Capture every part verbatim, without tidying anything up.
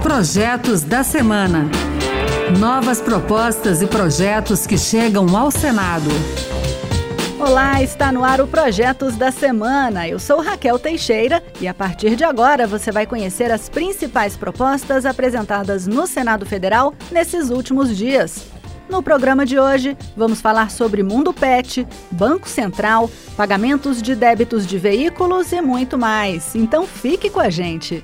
Projetos da Semana. Novas propostas e projetos que chegam ao Senado. Olá, está no ar o Projetos da Semana. Eu sou Raquel Teixeira e a partir de agora você vai conhecer as principais propostas apresentadas no Senado Federal nesses últimos dias. No programa de hoje, vamos falar sobre Mundo Pet, Banco Central, pagamentos de débitos de veículos e muito mais. Então fique com a gente.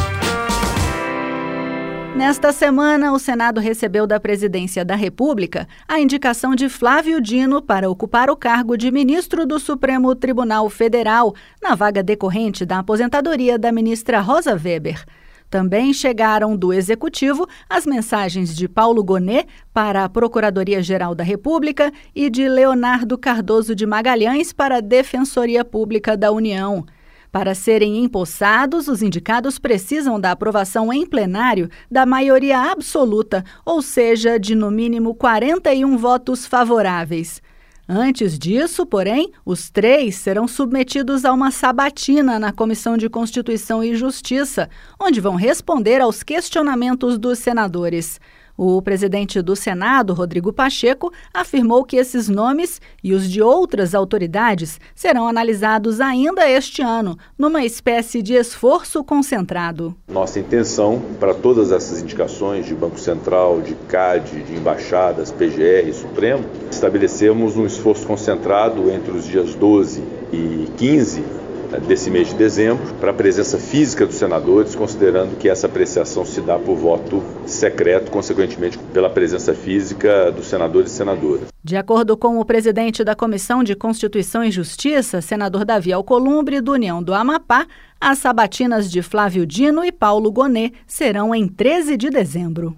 Nesta semana, o Senado recebeu da Presidência da República a indicação de Flávio Dino para ocupar o cargo de ministro do Supremo Tribunal Federal, na vaga decorrente da aposentadoria da ministra Rosa Weber. Também chegaram do Executivo as mensagens de Paulo Gonet para a Procuradoria-Geral da República e de Leonardo Cardoso de Magalhães para a Defensoria Pública da União. Para serem empossados, os indicados precisam da aprovação em plenário da maioria absoluta, ou seja, de no mínimo quarenta e um votos favoráveis. Antes disso, porém, os três serão submetidos a uma sabatina na Comissão de Constituição e Justiça, onde vão responder aos questionamentos dos senadores. O presidente do Senado, Rodrigo Pacheco, afirmou que esses nomes e os de outras autoridades serão analisados ainda este ano, numa espécie de esforço concentrado. Nossa intenção para todas essas indicações de Banco Central, de C A D, de embaixadas, P G R e Supremo, estabelecemos um esforço concentrado entre os dias doze e quinze desse mês de dezembro, para a presença física dos senadores, considerando que essa apreciação se dá por voto secreto, consequentemente pela presença física dos senadores e senadoras. De acordo com o presidente da Comissão de Constituição e Justiça, senador Davi Alcolumbre, do União do Amapá, as sabatinas de Flávio Dino e Paulo Gonet serão em treze de dezembro.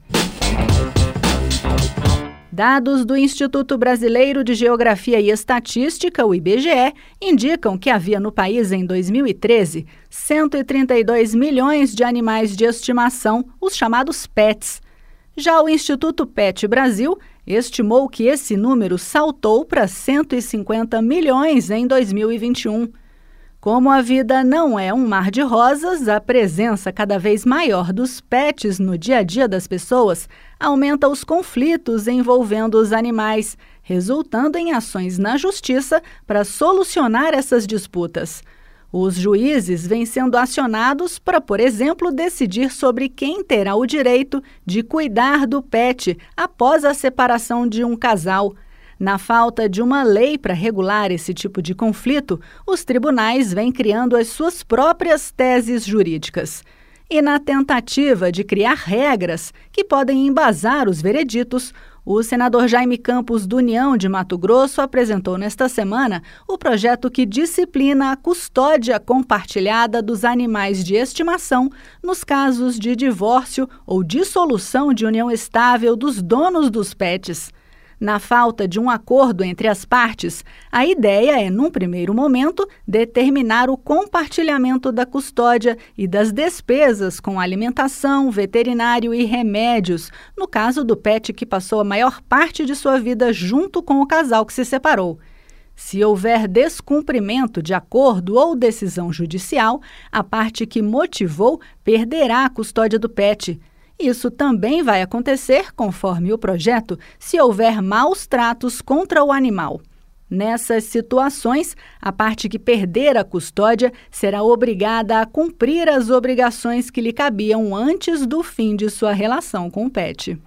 Dados do Instituto Brasileiro de Geografia e Estatística, o I B G E, indicam que havia no país, em dois mil e treze, cento e trinta e dois milhões de animais de estimação, os chamados pets. Já o Instituto Pet Brasil estimou que esse número saltou para cento e cinquenta milhões em dois mil e vinte e um. Como a vida não é um mar de rosas, a presença cada vez maior dos pets no dia a dia das pessoas aumenta os conflitos envolvendo os animais, resultando em ações na justiça para solucionar essas disputas. Os juízes vêm sendo acionados para, por exemplo, decidir sobre quem terá o direito de cuidar do pet após a separação de um casal. Na falta de uma lei para regular esse tipo de conflito, os tribunais vêm criando as suas próprias teses jurídicas. E na tentativa de criar regras que podem embasar os vereditos, o senador Jaime Campos, do União de Mato Grosso, apresentou nesta semana o projeto que disciplina a custódia compartilhada dos animais de estimação nos casos de divórcio ou dissolução de união estável dos donos dos pets. Na falta de um acordo entre as partes, a ideia é, num primeiro momento, determinar o compartilhamento da custódia e das despesas com alimentação, veterinário e remédios, no caso do pet que passou a maior parte de sua vida junto com o casal que se separou. Se houver descumprimento de acordo ou decisão judicial, a parte que motivou perderá a custódia do pet. Isso também vai acontecer, conforme o projeto, se houver maus tratos contra o animal. Nessas situações, a parte que perder a custódia será obrigada a cumprir as obrigações que lhe cabiam antes do fim de sua relação com o pet.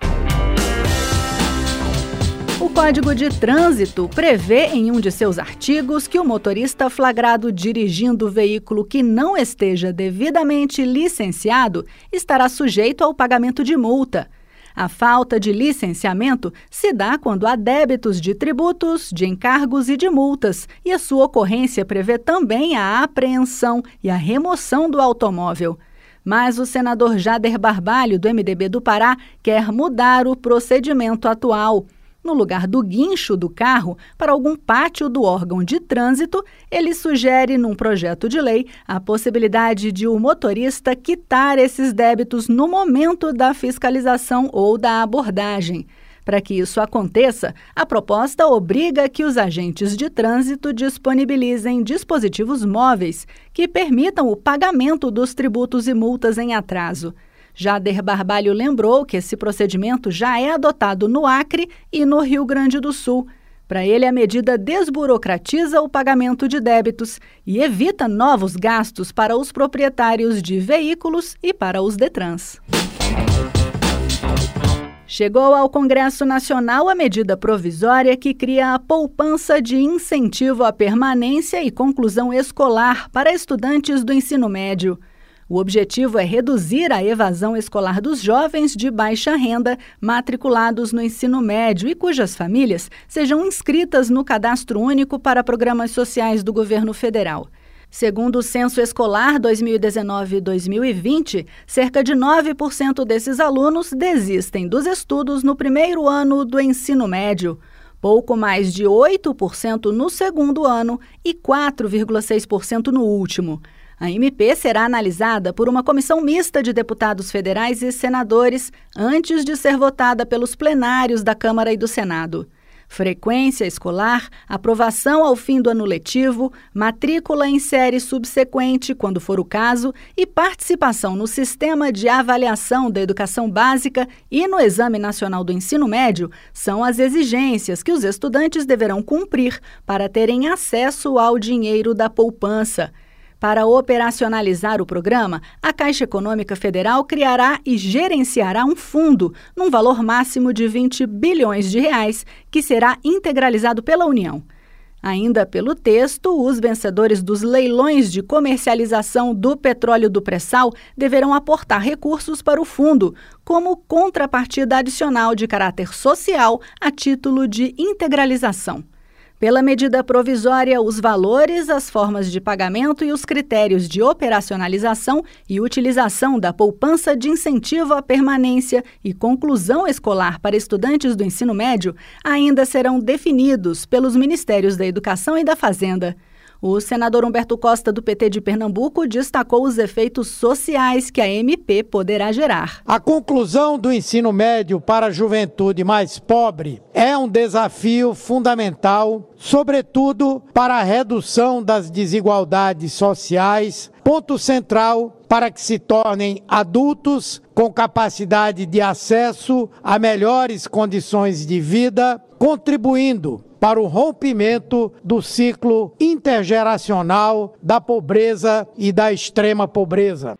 O Código de Trânsito prevê em um de seus artigos que o motorista flagrado dirigindo veículo que não esteja devidamente licenciado estará sujeito ao pagamento de multa. A falta de licenciamento se dá quando há débitos de tributos, de encargos e de multas, e a sua ocorrência prevê também a apreensão e a remoção do automóvel. Mas o senador Jader Barbalho, do M D B do Pará, quer mudar o procedimento atual. No lugar do guincho do carro para algum pátio do órgão de trânsito, ele sugere, num projeto de lei, a possibilidade de o motorista quitar esses débitos no momento da fiscalização ou da abordagem. Para que isso aconteça, a proposta obriga que os agentes de trânsito disponibilizem dispositivos móveis que permitam o pagamento dos tributos e multas em atraso. Jader Barbalho lembrou que esse procedimento já é adotado no Acre e no Rio Grande do Sul. Para ele, a medida desburocratiza o pagamento de débitos e evita novos gastos para os proprietários de veículos e para os Detrans. Chegou ao Congresso Nacional a medida provisória que cria a poupança de incentivo à permanência e conclusão escolar para estudantes do ensino médio. O objetivo é reduzir a evasão escolar dos jovens de baixa renda matriculados no ensino médio e cujas famílias sejam inscritas no Cadastro Único para Programas Sociais do Governo Federal. Segundo o Censo Escolar dois mil e dezenove a dois mil e vinte, cerca de nove por cento desses alunos desistem dos estudos no primeiro ano do ensino médio, pouco mais de oito por cento no segundo ano e quatro vírgula seis por cento no último. A M P será analisada por uma comissão mista de deputados federais e senadores antes de ser votada pelos plenários da Câmara e do Senado. Frequência escolar, aprovação ao fim do ano letivo, matrícula em série subsequente, quando for o caso, e participação no Sistema de Avaliação da Educação Básica e no Exame Nacional do Ensino Médio são as exigências que os estudantes deverão cumprir para terem acesso ao dinheiro da poupança. Para operacionalizar o programa, a Caixa Econômica Federal criará e gerenciará um fundo, num valor máximo de vinte bilhões de reais, que será integralizado pela União. Ainda pelo texto, os vencedores dos leilões de comercialização do petróleo do pré-sal deverão aportar recursos para o fundo, como contrapartida adicional de caráter social a título de integralização. Pela medida provisória, os valores, as formas de pagamento e os critérios de operacionalização e utilização da poupança de incentivo à permanência e conclusão escolar para estudantes do ensino médio ainda serão definidos pelos Ministérios da Educação e da Fazenda. O senador Humberto Costa, do P T de Pernambuco, destacou os efeitos sociais que a M P poderá gerar. A conclusão do ensino médio para a juventude mais pobre é um desafio fundamental, sobretudo para a redução das desigualdades sociais, ponto central para que se tornem adultos com capacidade de acesso a melhores condições de vida, contribuindo para o rompimento do ciclo intergeracional da pobreza e da extrema pobreza.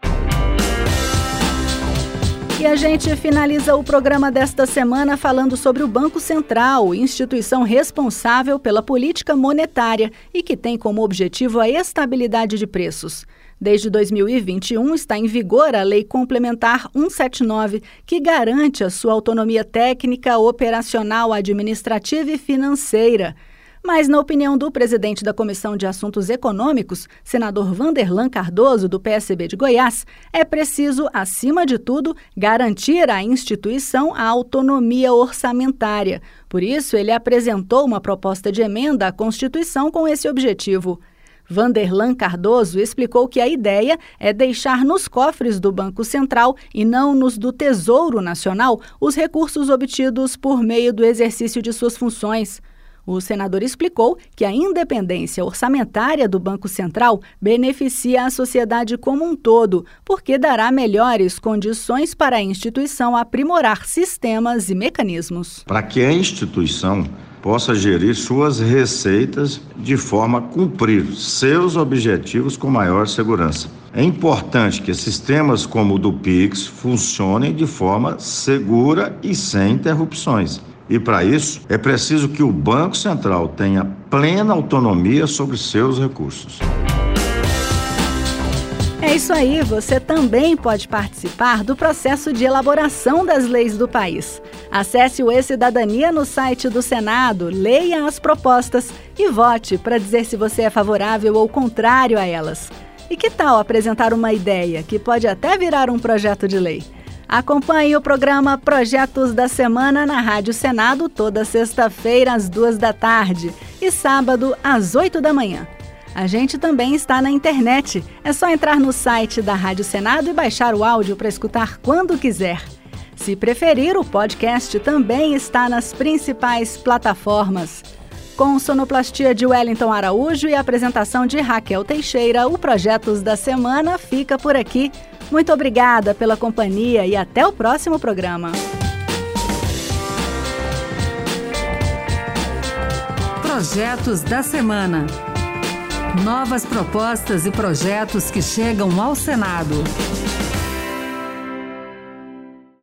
E a gente finaliza o programa desta semana falando sobre o Banco Central, instituição responsável pela política monetária e que tem como objetivo a estabilidade de preços. Desde dois mil e vinte e um está em vigor a Lei Complementar cento e setenta e nove, que garante a sua autonomia técnica, operacional, administrativa e financeira. Mas, na opinião do presidente da Comissão de Assuntos Econômicos, senador Vanderlan Cardoso, do P S B de Goiás, é preciso, acima de tudo, garantir à instituição a autonomia orçamentária. Por isso, ele apresentou uma proposta de emenda à Constituição com esse objetivo. Vanderlan Cardoso explicou que a ideia é deixar nos cofres do Banco Central e não nos do Tesouro Nacional os recursos obtidos por meio do exercício de suas funções. O senador explicou que a independência orçamentária do Banco Central beneficia a sociedade como um todo, porque dará melhores condições para a instituição aprimorar sistemas e mecanismos. Para que a instituição possa gerir suas receitas de forma a cumprir seus objetivos com maior segurança. É importante que sistemas como o do Pix funcionem de forma segura e sem interrupções. E para isso, é preciso que o Banco Central tenha plena autonomia sobre seus recursos. É isso aí, você também pode participar do processo de elaboração das leis do país. Acesse o E-Cidadania no site do Senado, leia as propostas e vote para dizer se você é favorável ou contrário a elas. E que tal apresentar uma ideia que pode até virar um projeto de lei? Acompanhe o programa Projetos da Semana na Rádio Senado toda sexta-feira às duas da tarde e sábado às oito da manhã. A gente também está na internet. É só entrar no site da Rádio Senado e baixar o áudio para escutar quando quiser. Se preferir, o podcast também está nas principais plataformas. Com sonoplastia de Wellington Araújo e apresentação de Raquel Teixeira, o Projetos da Semana fica por aqui. Muito obrigada pela companhia e até o próximo programa. Projetos da semana. Novas propostas e projetos que chegam ao Senado.